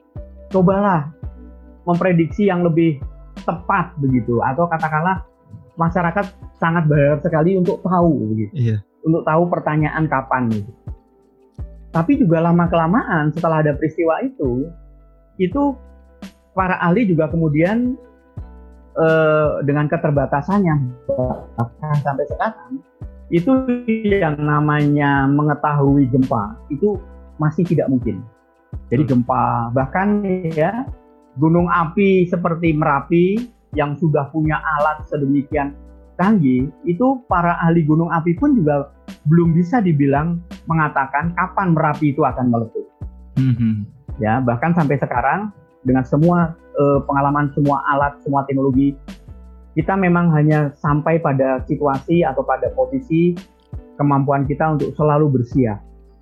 cobalah memprediksi yang lebih tepat begitu, atau katakanlah masyarakat sangat berharap sekali untuk tahu begitu, Iya. untuk tahu pertanyaan kapan gitu. Tapi juga lama kelamaan setelah ada peristiwa itu, itu para ahli juga kemudian eh, dengan keterbatasannya bahkan sampai sekarang itu yang namanya mengetahui gempa itu masih tidak mungkin. Jadi gempa, bahkan ya gunung api seperti Merapi yang sudah punya alat sedemikian canggih, itu para ahli gunung api pun juga belum bisa dibilang mengatakan kapan Merapi itu akan meletus. Mm-hmm. Ya, bahkan sampai sekarang dengan semua eh, pengalaman, semua alat, semua teknologi, kita memang hanya sampai pada situasi atau pada posisi kemampuan kita untuk selalu bersiap.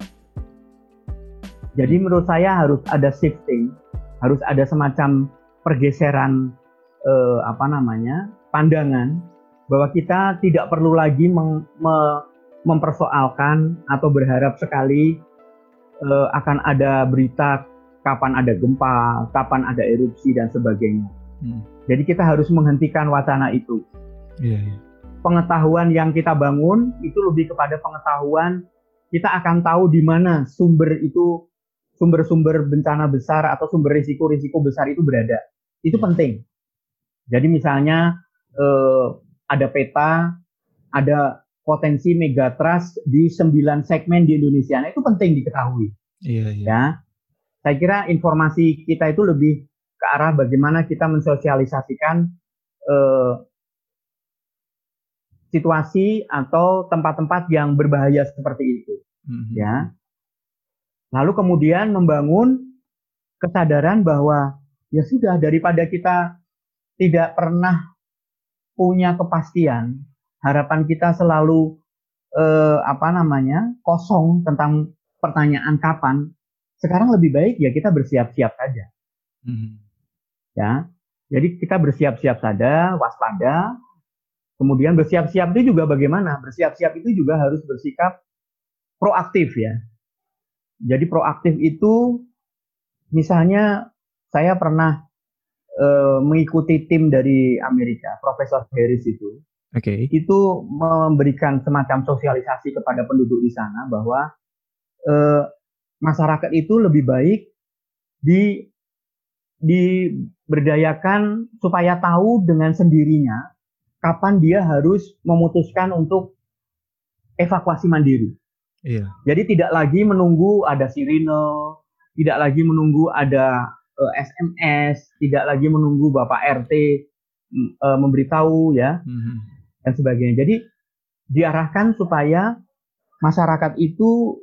Jadi menurut saya harus ada shifting, harus ada semacam pergeseran eh, apa namanya pandangan bahwa kita tidak perlu lagi meng, me, mempersoalkan atau berharap sekali eh, akan ada berita kapan ada gempa, kapan ada erupsi dan sebagainya. Hmm. Jadi kita harus menghentikan wacana itu. Yeah, yeah. Pengetahuan yang kita bangun itu lebih kepada pengetahuan kita akan tahu di mana sumber itu, sumber-sumber bencana besar atau sumber risiko-risiko besar itu berada. Itu yeah. penting. Jadi misalnya eh, ada peta, ada potensi megatrust di sembilan segmen di Indonesia. Nah, itu penting diketahui. Iya, iya. Ya. Saya kira informasi kita itu lebih ke arah bagaimana kita mensosialisasikan eh, situasi atau tempat-tempat yang berbahaya seperti itu. Mm-hmm. Ya. Lalu kemudian membangun kesadaran bahwa ya sudah, daripada kita tidak pernah punya kepastian, harapan kita selalu eh, apa namanya kosong tentang pertanyaan kapan. Sekarang lebih baik ya kita bersiap-siap saja. Mm-hmm. Ya, jadi kita bersiap-siap saja, waspada. Kemudian bersiap-siap itu juga bagaimana? Bersiap-siap itu juga harus bersikap proaktif ya. Jadi proaktif itu, misalnya saya pernah Uh, mengikuti tim dari Amerika, Profesor Harris itu, okay. itu memberikan semacam sosialisasi kepada penduduk di sana bahwa uh, masyarakat itu lebih baik di diberdayakan supaya tahu dengan sendirinya kapan dia harus memutuskan untuk evakuasi mandiri. Yeah. Jadi tidak lagi menunggu ada sirine, tidak lagi menunggu ada S M S, tidak lagi menunggu Bapak R T e, memberitahu ya, mm-hmm. dan sebagainya. Jadi diarahkan supaya masyarakat itu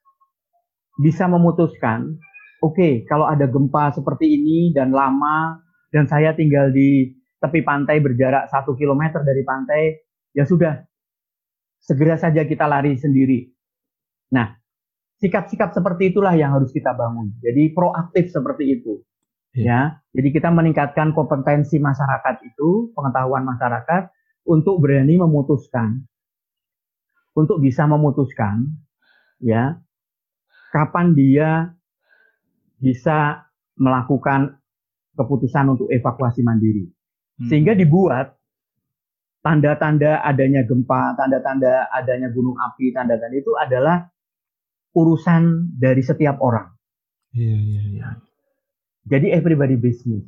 bisa memutuskan, oke, okay, kalau ada gempa seperti ini dan lama, dan saya tinggal di tepi pantai berjarak satu kilometer dari pantai, ya sudah, segera saja kita lari sendiri. Nah, sikap-sikap seperti itulah yang harus kita bangun. Jadi proaktif seperti itu. Ya. ya, jadi kita meningkatkan kompetensi masyarakat itu, pengetahuan masyarakat untuk berani memutuskan, untuk bisa memutuskan, ya, kapan dia bisa melakukan keputusan untuk evakuasi mandiri. Hmm. Sehingga dibuat tanda-tanda adanya gempa, tanda-tanda adanya gunung api, tanda-tanda itu adalah urusan dari setiap orang. Iya, iya, iya. Jadi everybody business.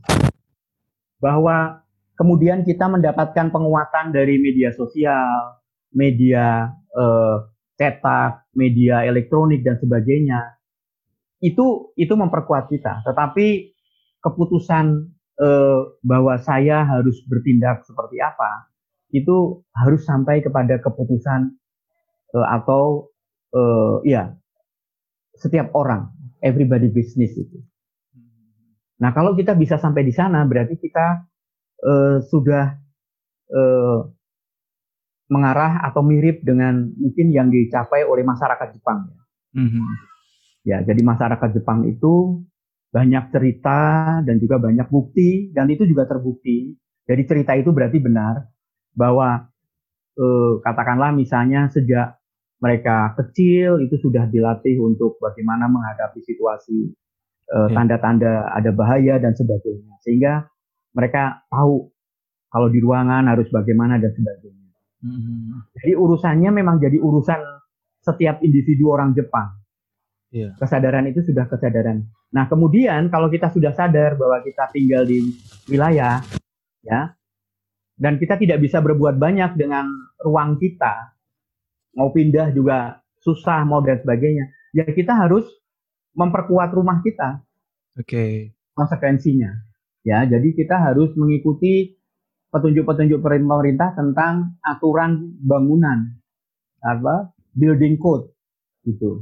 Bahwa kemudian kita mendapatkan penguatan dari media sosial, media eh, cetak, media elektronik dan sebagainya. Itu itu memperkuat kita. Tetapi keputusan eh, bahwa saya harus bertindak seperti apa, itu harus sampai kepada keputusan eh, atau eh, ya setiap orang, everybody business itu. Nah, kalau kita bisa sampai di sana, berarti kita uh, sudah uh, mengarah atau mirip dengan mungkin yang dicapai oleh masyarakat Jepang. Mm-hmm. Ya, jadi masyarakat Jepang itu banyak cerita dan juga banyak bukti, dan itu juga terbukti. Jadi cerita itu berarti benar bahwa uh, katakanlah misalnya sejak mereka kecil itu sudah dilatih untuk bagaimana menghadapi situasi uh, Ya. tanda-tanda ada bahaya dan sebagainya. Sehingga mereka tahu kalau di ruangan harus bagaimana dan sebagainya. Hmm. Jadi urusannya memang jadi urusan setiap individu orang Jepang. Ya. Kesadaran itu sudah kesadaran. Nah, kemudian kalau kita sudah sadar bahwa kita tinggal di wilayah, ya, dan kita tidak bisa berbuat banyak dengan ruang kita, mau pindah juga susah, mau dan sebagainya, ya kita harus memperkuat rumah kita. Oke. Okay. Konsekuensinya, ya, jadi kita harus mengikuti petunjuk-petunjuk pemerintah tentang aturan bangunan, apa, building code, gitu.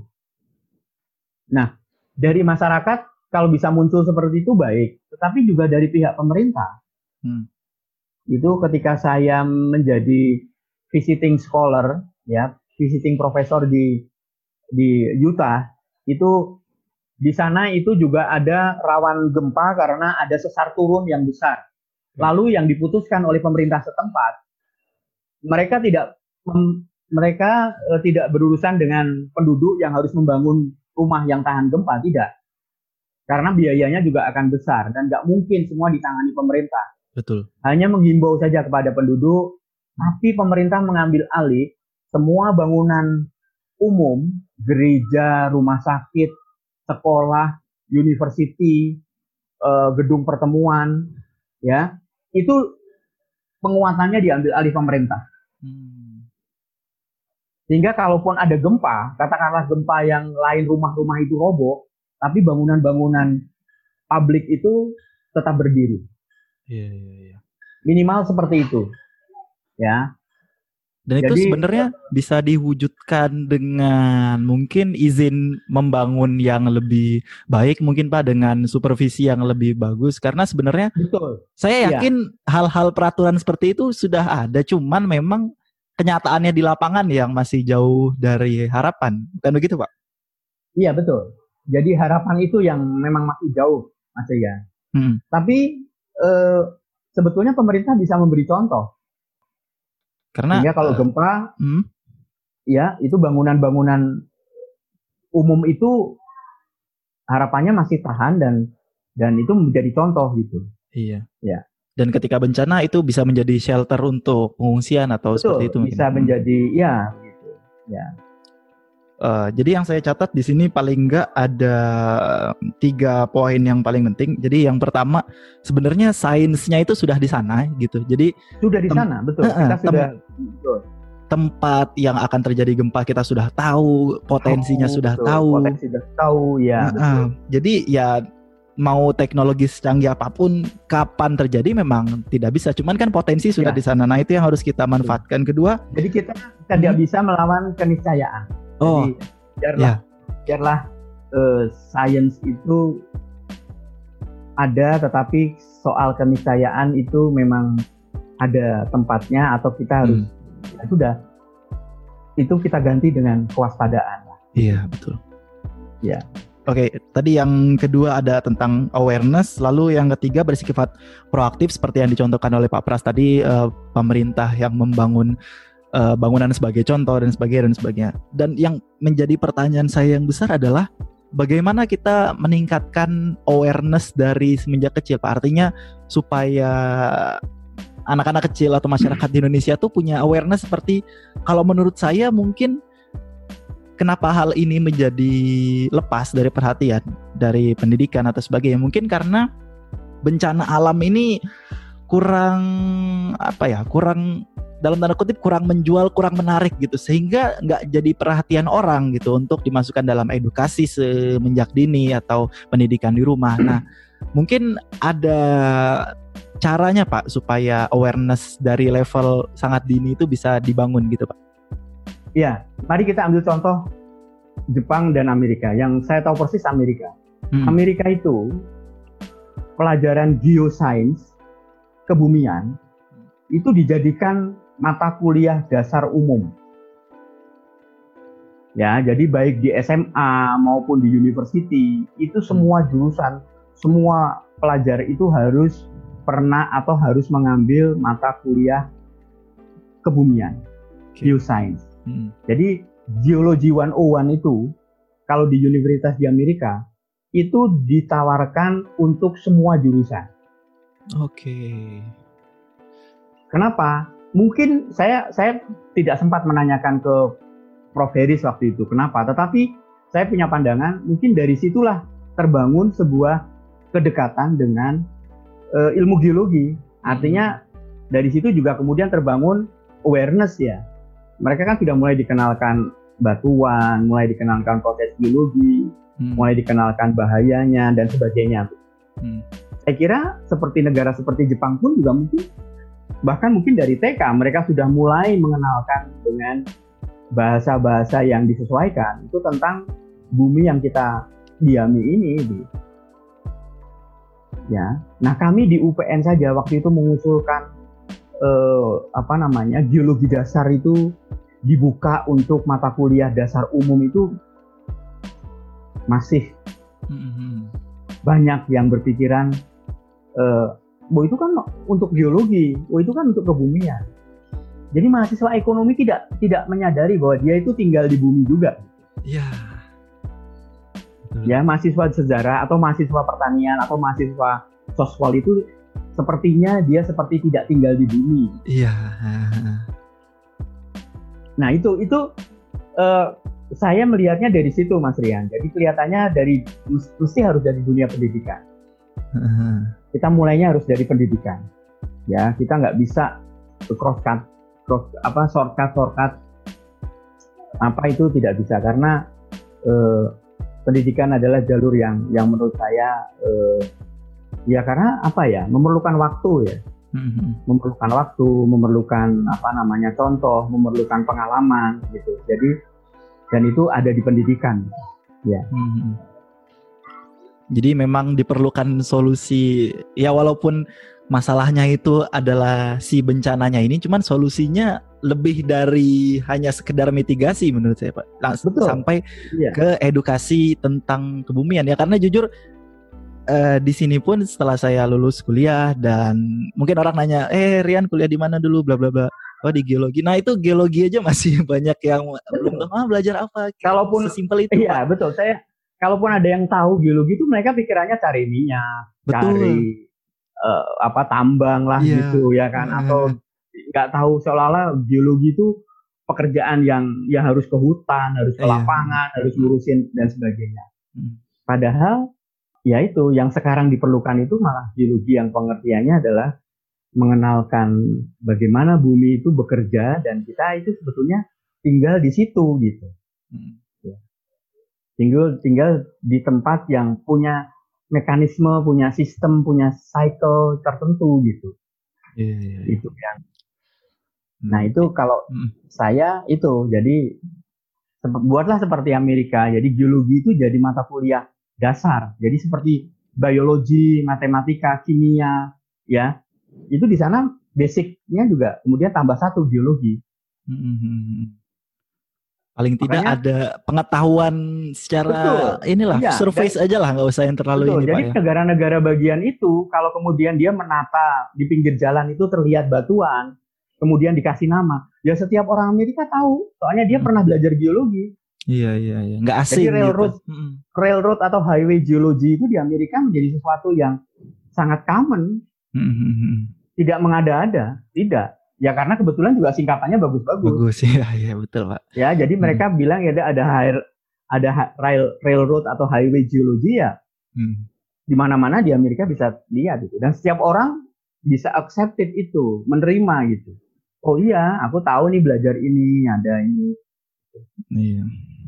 Nah, dari masyarakat kalau bisa muncul seperti itu baik, tetapi juga dari pihak pemerintah. Hmm. Itu ketika saya menjadi visiting scholar, ya, visiting professor di di Utah, itu di sana itu juga ada rawan gempa karena ada sesar turun yang besar. Lalu yang diputuskan oleh pemerintah setempat, mereka tidak mem, mereka eh, tidak berurusan dengan penduduk yang harus membangun rumah yang tahan gempa, tidak. Karena biayanya juga akan besar dan nggak mungkin semua ditangani pemerintah. Betul. Hanya menghimbau saja kepada penduduk, tapi pemerintah mengambil alih semua bangunan umum, gereja, rumah sakit, sekolah, university, eh, gedung pertemuan, ya, itu penguatannya diambil alih pemerintah. Hmm. Sehingga kalaupun ada gempa, katakanlah gempa yang lain rumah-rumah itu roboh, tapi bangunan-bangunan publik itu tetap berdiri. Iya, iya, iya. Minimal seperti itu, ya. Dan Jadi, itu sebenarnya bisa diwujudkan dengan mungkin izin membangun yang lebih baik mungkin Pak, dengan supervisi yang lebih bagus, karena sebenarnya betul. Saya yakin ya. Hal-hal peraturan seperti itu sudah ada, cuman memang kenyataannya di lapangan yang masih jauh dari harapan, bukan begitu Pak? Iya betul. Jadi harapan itu yang memang masih jauh, Mas ya. Hmm. Tapi eh, sebetulnya pemerintah bisa memberi contoh. Karena sehingga kalau gempa, hmm? ya itu bangunan-bangunan umum itu harapannya masih tahan dan dan itu menjadi contoh gitu. Iya. Ya. Dan ketika bencana itu bisa menjadi shelter untuk pengungsian atau betul, seperti itu mungkin. Bisa menjadi hmm. ya gitu. Ya. Uh, jadi yang saya catat di sini paling enggak ada tiga poin yang paling penting. Jadi yang pertama sebenarnya sainsnya itu sudah di sana gitu. Jadi sudah di sana, tem- betul. Uh, kita tem- sudah betul. Tempat yang akan terjadi gempa kita sudah tahu, potensinya oh, sudah betul. tahu. Potensi sudah tahu ya. Uh, uh, jadi ya mau teknologi secanggih apapun, kapan terjadi memang tidak bisa. Cuman kan potensi sudah ya. Di sana. Nah itu yang harus kita manfaatkan. Kedua, jadi kita tidak hmm. bisa melawan keniscayaan. Oh, jadi biarlah, ya. biarlah uh, sains itu ada, tetapi soal keniscayaan itu memang ada tempatnya atau kita harus hmm. ya sudah itu kita ganti dengan kewaspadaan. Iya betul. Ya. Oke, tadi yang kedua ada tentang awareness, lalu yang ketiga bersifat proaktif seperti yang dicontohkan oleh Pak Pras tadi, uh, pemerintah yang membangun uh, bangunan sebagai contoh dan sebagainya dan sebagainya. Dan yang menjadi pertanyaan saya yang besar adalah bagaimana kita meningkatkan awareness dari semenjak kecil, Pak? Artinya supaya anak-anak kecil atau masyarakat di Indonesia tuh punya awareness seperti, kalau menurut saya mungkin kenapa hal ini menjadi lepas dari perhatian dari pendidikan atau sebagainya, mungkin karena bencana alam ini kurang apa ya, kurang dalam tanda kutip kurang menjual, kurang menarik gitu, sehingga nggak jadi perhatian orang gitu untuk dimasukkan dalam edukasi semenjak dini atau pendidikan di rumah. Nah, mungkin ada caranya Pak supaya awareness dari level sangat dini itu bisa dibangun gitu Pak. Iya, mari kita ambil contoh Jepang dan Amerika. Yang saya tahu persis Amerika. Hmm. Amerika itu pelajaran geoscience, kebumian, itu dijadikan mata kuliah dasar umum. Ya, jadi baik di S M A maupun di university, itu semua jurusan, semua pelajar itu harus pernah atau harus mengambil mata kuliah kebumian, okay. geoscience. Hmm. Jadi Geology seratus satu itu kalau di universitas di Amerika itu ditawarkan untuk semua jurusan. Oke. Kenapa? Mungkin saya saya tidak sempat menanyakan ke Prof Heris waktu itu kenapa, tetapi saya punya pandangan mungkin dari situlah terbangun sebuah kedekatan dengan uh, ilmu geologi. Artinya dari situ juga kemudian terbangun awareness ya. Mereka kan sudah mulai dikenalkan batuan, mulai dikenalkan proses geologi, hmm. mulai dikenalkan bahayanya dan sebagainya. Hmm. Saya kira seperti negara seperti Jepang pun juga mungkin, bahkan mungkin dari T K mereka sudah mulai mengenalkan dengan bahasa-bahasa yang disesuaikan itu tentang bumi yang kita diami ini. Ya, nah kami di U P N saja waktu itu mengusulkan eh, apa namanya geologi dasar itu dibuka untuk mata kuliah dasar umum itu masih mm-hmm. banyak yang berpikiran eh, bahwa itu kan untuk geologi, oh itu kan untuk kebumian. Jadi mahasiswa ekonomi tidak tidak menyadari bahwa dia itu tinggal di bumi juga. Iya. Ya, mahasiswa sejarah atau mahasiswa pertanian atau mahasiswa soswal itu sepertinya dia seperti tidak tinggal di bumi. Iya. Nah itu itu uh, saya melihatnya dari situ Mas Rian. Jadi kelihatannya dari mesti harus dari dunia pendidikan. Uh-huh. Kita mulainya harus dari pendidikan. Ya kita nggak bisa cross cut, cross apa shortcut shortcut apa itu tidak bisa karena uh, pendidikan adalah jalur yang yang menurut saya uh, ya karena apa ya memerlukan waktu ya. Mm-hmm. memerlukan waktu, memerlukan apa namanya contoh, memerlukan pengalaman gitu. Jadi dan itu ada di pendidikan, ya. Mm-hmm. Jadi memang diperlukan solusi ya walaupun masalahnya itu adalah si bencananya ini, cuman solusinya lebih dari hanya sekedar mitigasi menurut saya Pak. Langsung sampai iya. ke edukasi tentang kebumian ya karena jujur. Uh, di sini pun setelah saya lulus kuliah dan mungkin orang nanya, eh Rian kuliah di mana dulu, bla bla bla, oh di geologi. Nah itu geologi aja masih banyak yang belum tahu ah, belajar apa. Kalaupun sesimpel itu. Iya Pak. Betul. Saya kalaupun ada yang tahu geologi itu mereka pikirannya cari minyak, betul. cari uh, apa tambang lah yeah. gitu ya kan, atau nggak tahu seolah-olah geologi itu pekerjaan yang yang harus ke hutan, harus ke yeah. lapangan, harus ngurusin dan sebagainya. Hmm. Padahal ya itu yang sekarang diperlukan itu malah geologi yang pengertiannya adalah mengenalkan bagaimana bumi itu bekerja dan kita itu sebetulnya tinggal di situ gitu. Hmm. Ya. Tinggal tinggal di tempat yang punya mekanisme, punya sistem, punya cycle tertentu gitu. Yeah, yeah, yeah. Itu yang. Nah itu kalau hmm. saya itu jadi buatlah seperti Amerika. Jadi geologi itu jadi mata kuliah dasar. Jadi seperti biologi, matematika, kimia, ya. Itu di sana basicnya juga kemudian tambah satu geologi. Hmm. Paling tidak makanya, ada pengetahuan secara betul, inilah iya, surface dan, aja lah, nggak usah yang terlalu betul, ini jadi Pak ya. Negara-negara bagian itu kalau kemudian dia menata di pinggir jalan itu terlihat batuan, kemudian dikasih nama, ya setiap orang Amerika tahu, soalnya dia hmm. pernah belajar geologi. Iya iya iya, nggak asing. Jadi railroad, gitu. railroad atau highway geology itu di Amerika menjadi sesuatu yang sangat common, mm-hmm. tidak mengada-ada, tidak. Ya karena kebetulan juga singkatannya bagus-bagus. Bagus ya, ya betul Pak. Ya jadi mereka hmm. bilang ya ada ada ada rail railroad atau highway geology ya, hmm. di mana-mana di Amerika bisa lihat itu. Dan setiap orang bisa accepted itu, menerima gitu. Oh iya, aku tahu nih belajar ini, ada ini. Iya.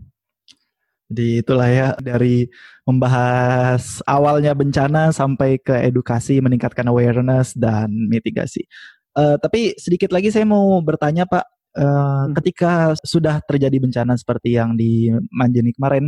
Jadi itulah ya dari membahas awalnya bencana sampai ke edukasi, meningkatkan awareness dan mitigasi. Uh, tapi sedikit lagi saya mau bertanya Pak, uh, hmm. ketika sudah terjadi bencana seperti yang di Manjani kemarin,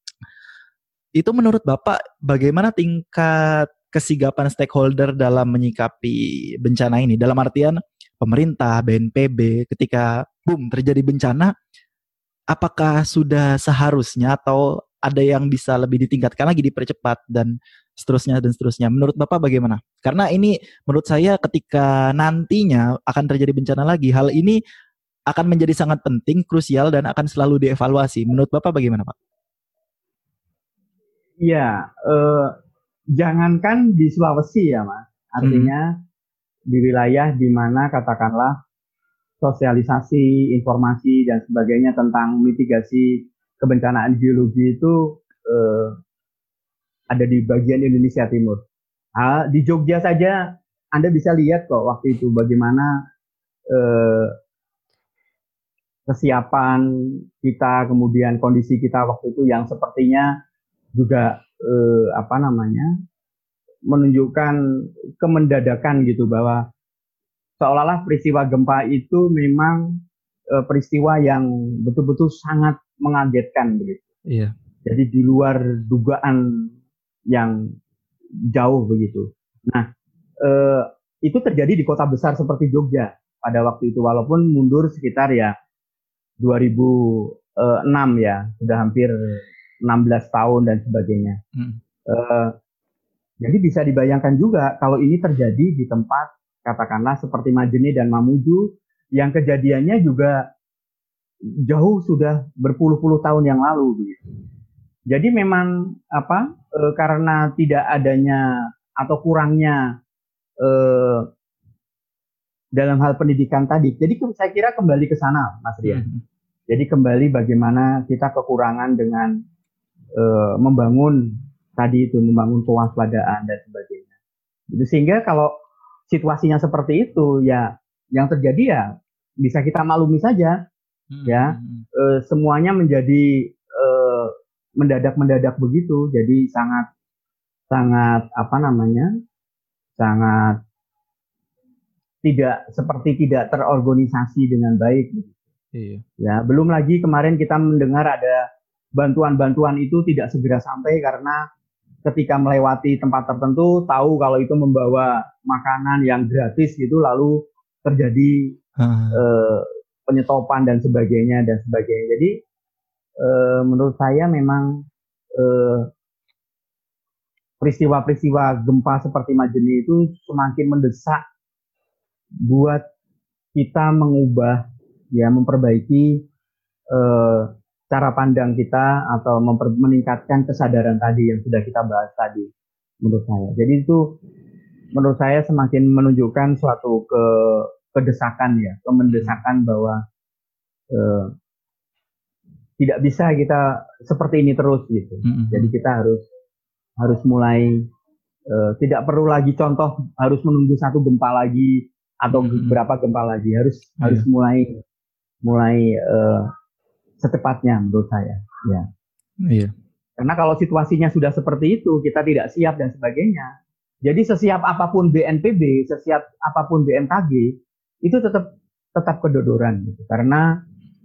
itu menurut Bapak bagaimana tingkat kesigapan stakeholder dalam menyikapi bencana ini? Dalam artian pemerintah, B N P B, ketika boom terjadi bencana, apakah sudah seharusnya atau ada yang bisa lebih ditingkatkan lagi, dipercepat dan seterusnya dan seterusnya. Menurut Bapak bagaimana? Karena ini menurut saya ketika nantinya akan terjadi bencana lagi, hal ini akan menjadi sangat penting, krusial dan akan selalu dievaluasi. Menurut Bapak bagaimana Pak? Iya, eh, jangankan di Sulawesi ya Mas, artinya hmm. di wilayah di mana katakanlah sosialisasi, informasi dan sebagainya tentang mitigasi kebencanaan geologi itu eh, ada di bagian Indonesia Timur. Nah, di Jogja saja Anda bisa lihat kok waktu itu bagaimana eh, kesiapan kita, kemudian kondisi kita waktu itu yang sepertinya juga eh, apa namanya menunjukkan kemendadakan gitu, bahwa seolah-olah peristiwa gempa itu memang eh, peristiwa yang betul-betul sangat mengagetkan begitu. Iya. Jadi di luar dugaan yang jauh begitu. Nah, eh, itu terjadi di kota besar seperti Jogja pada waktu itu, walaupun mundur sekitar ya dua ribu enam ya, sudah hampir enam belas tahun dan sebagainya. Hmm. Eh, jadi bisa dibayangkan juga kalau ini terjadi di tempat katakanlah seperti Majene dan Mamuju yang kejadiannya juga jauh sudah berpuluh-puluh tahun yang lalu begitu. Jadi memang apa e, karena tidak adanya atau kurangnya e, dalam hal pendidikan tadi. Jadi saya kira kembali ke sana, Mas Rian. Hmm. Jadi kembali bagaimana kita kekurangan dengan e, membangun tadi itu, membangun kewaspadaan dan sebagainya. Jadi sehingga kalau situasinya seperti itu ya, yang terjadi ya bisa kita maklumi saja, hmm. ya e, semuanya menjadi e, mendadak-mendadak begitu, jadi sangat sangat apa namanya sangat tidak seperti tidak terorganisasi dengan baik. Iya. Ya, belum lagi kemarin kita mendengar ada bantuan-bantuan itu tidak segera sampai karena ketika melewati tempat tertentu tahu kalau itu membawa makanan yang gratis gitu, lalu terjadi hmm. eh, penyetopan dan sebagainya dan sebagainya. Jadi eh, menurut saya memang eh, peristiwa-peristiwa gempa seperti Majene itu semakin mendesak buat kita mengubah, ya memperbaiki eh, cara pandang kita atau memper, meningkatkan kesadaran tadi yang sudah kita bahas tadi menurut saya. Jadi itu menurut saya semakin menunjukkan suatu ke kedesakan ya, kemendesakan bahwa eh, tidak bisa kita seperti ini terus gitu. Mm-hmm. Jadi kita harus harus mulai uh, tidak perlu lagi contoh harus menunggu satu gempa lagi atau mm-hmm. berapa gempa lagi, harus yeah. harus mulai mulai uh, secepatnya menurut saya. Ya. Yeah. Karena kalau situasinya sudah seperti itu, kita tidak siap dan sebagainya. Jadi sesiap apapun B N P B, sesiap apapun B M K G itu tetap tetap kedodoran gitu. Karena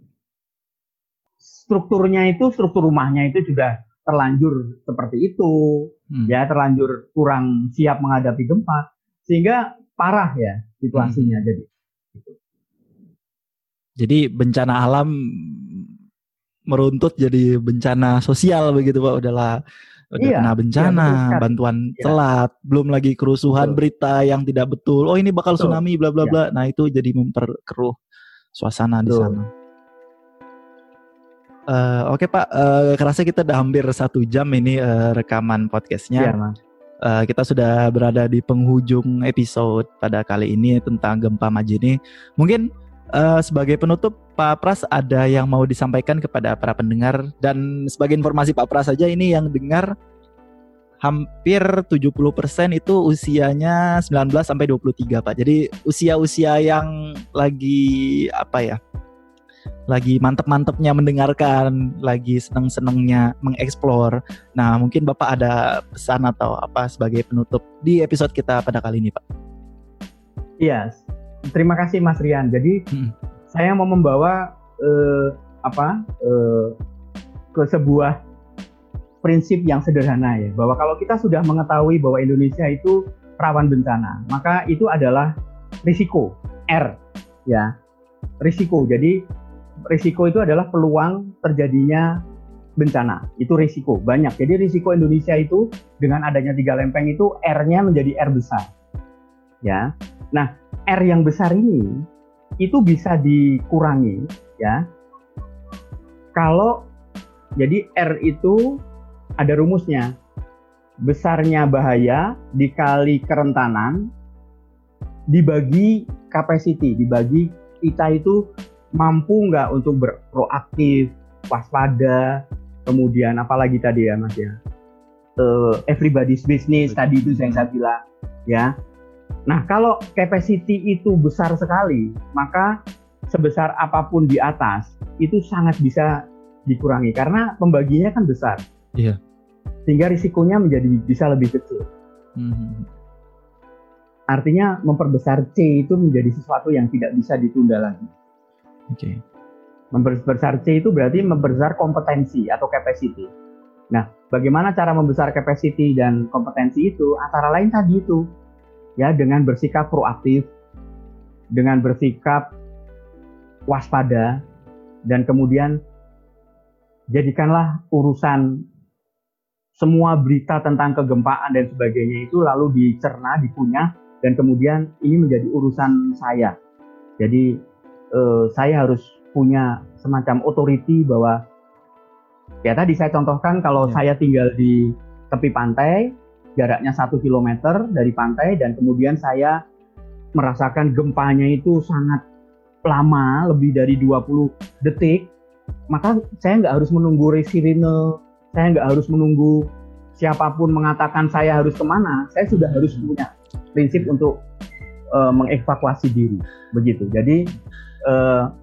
strukturnya itu, struktur rumahnya itu sudah terlanjur seperti itu, hmm. ya terlanjur kurang siap menghadapi gempa, sehingga parah ya situasinya. Hmm. Jadi, gitu. Jadi bencana alam meruntut jadi bencana sosial begitu Pak, udahlah udah iya, kena bencana, iya, bantuan iya. telat, belum lagi kerusuhan betul. Berita yang tidak betul, oh ini bakal betul. Tsunami bla bla bla, iya. Nah itu jadi memperkeruh suasana betul. Di sana. Uh, Oke okay, Pak, uh, kerasa kita udah hampir satu jam ini uh, rekaman podcastnya. Iya, uh, kita sudah berada di penghujung episode pada kali ini tentang gempa Majene. Mungkin uh, sebagai penutup Pak Pras ada yang mau disampaikan kepada para pendengar, dan sebagai informasi Pak Pras saja ini yang dengar hampir tujuh puluh persen itu usianya sembilan belas sampai dua puluh tiga Pak. Jadi usia-usia yang lagi apa ya? Lagi mantep-mantepnya mendengarkan, lagi seneng-senengnya mengeksplor. Nah, mungkin Bapak ada pesan atau apa sebagai penutup di episode kita pada kali ini, Pak? Iya, terima kasih Mas Rian. Jadi hmm. saya mau membawa eh, apa eh, ke sebuah prinsip yang sederhana ya, bahwa kalau kita sudah mengetahui bahwa Indonesia itu rawan bencana, maka itu adalah risiko R, ya, risiko. Jadi risiko itu adalah peluang terjadinya bencana. Itu risiko banyak. Jadi risiko Indonesia itu dengan adanya tiga lempeng itu R-nya menjadi R besar. Ya. Nah, R yang besar ini itu bisa dikurangi ya. Kalau jadi R itu ada rumusnya. besarnya bahaya dikali kerentanan dibagi capacity, dibagi kita itu mampu nggak untuk berproaktif, waspada, kemudian apalagi tadi ya Mas ya, uh, everybody's business tadi itu yang saya bilang ya. Nah kalau capacity itu besar sekali, maka sebesar apapun di atas itu sangat bisa dikurangi karena pembagiannya kan besar. Iya. Sehingga risikonya menjadi bisa lebih kecil. Hmm. Artinya memperbesar C itu menjadi sesuatu yang tidak bisa ditunda lagi. Oke. Okay. Membesar C itu berarti membesar kompetensi atau capacity. Nah, bagaimana cara membesar capacity dan kompetensi itu? Antara lain tadi itu, ya dengan bersikap proaktif, dengan bersikap waspada, dan kemudian jadikanlah urusan semua berita tentang kegempaan dan sebagainya itu lalu dicerna, dikunyah, dan kemudian ini menjadi urusan saya. Jadi eh, saya harus punya semacam otoriti bahwa ya tadi saya contohkan kalau ya. Saya tinggal di tepi pantai, jaraknya satu kilometer dari pantai, dan kemudian saya merasakan gempanya itu sangat lama, lebih dari dua puluh detik, maka saya nggak harus menunggu sirine, saya nggak harus menunggu siapapun mengatakan saya harus kemana, saya sudah harus punya prinsip untuk uh, mengevakuasi diri, begitu. Jadi uh,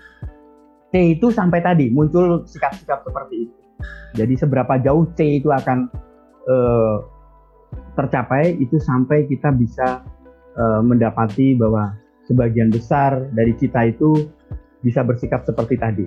C itu sampai tadi muncul sikap-sikap seperti itu. Jadi seberapa jauh C itu akan uh, tercapai itu sampai kita bisa uh, mendapati bahwa sebagian besar dari kita itu bisa bersikap seperti tadi,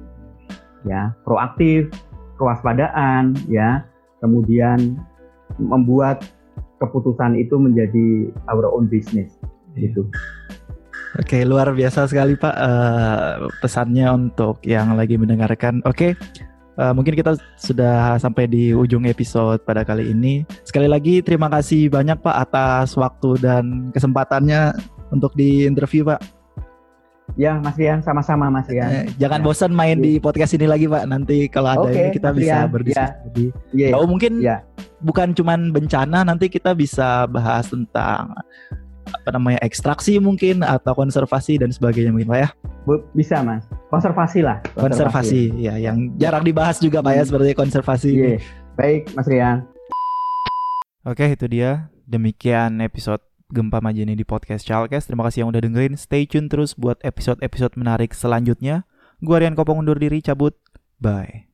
ya, proaktif, kewaspadaan, ya, kemudian membuat keputusan itu menjadi our own business, gitu. Oke, luar biasa sekali Pak uh, pesannya untuk yang lagi mendengarkan. Oke, uh, mungkin kita sudah sampai di ujung episode pada kali ini. Sekali lagi terima kasih banyak Pak atas waktu dan kesempatannya untuk di interview Pak. Ya Mas Rian, sama-sama Mas Rian. Eh, jangan ya. bosan main ya. di podcast ini lagi Pak. Nanti kalau ada okay, ini kita Mas bisa Rian. berdiskusi ya. lebih. Yeah. Oh mungkin yeah. bukan cuman bencana, nanti kita bisa bahas tentang apa namanya ekstraksi mungkin atau konservasi dan sebagainya mungkin Pak ya. Bisa Mas, konservasi lah. Konservasi, konservasi ya, yang jarang dibahas juga Pak ya, seperti konservasi. Yeah. Baik Mas Rian. Oke, itu dia. Demikian episode Gempa Majene di podcast Chalkes. Terima kasih yang udah dengerin. Stay tune terus buat episode-episode menarik selanjutnya. Gua Rian Kopong undur diri, cabut. Bye.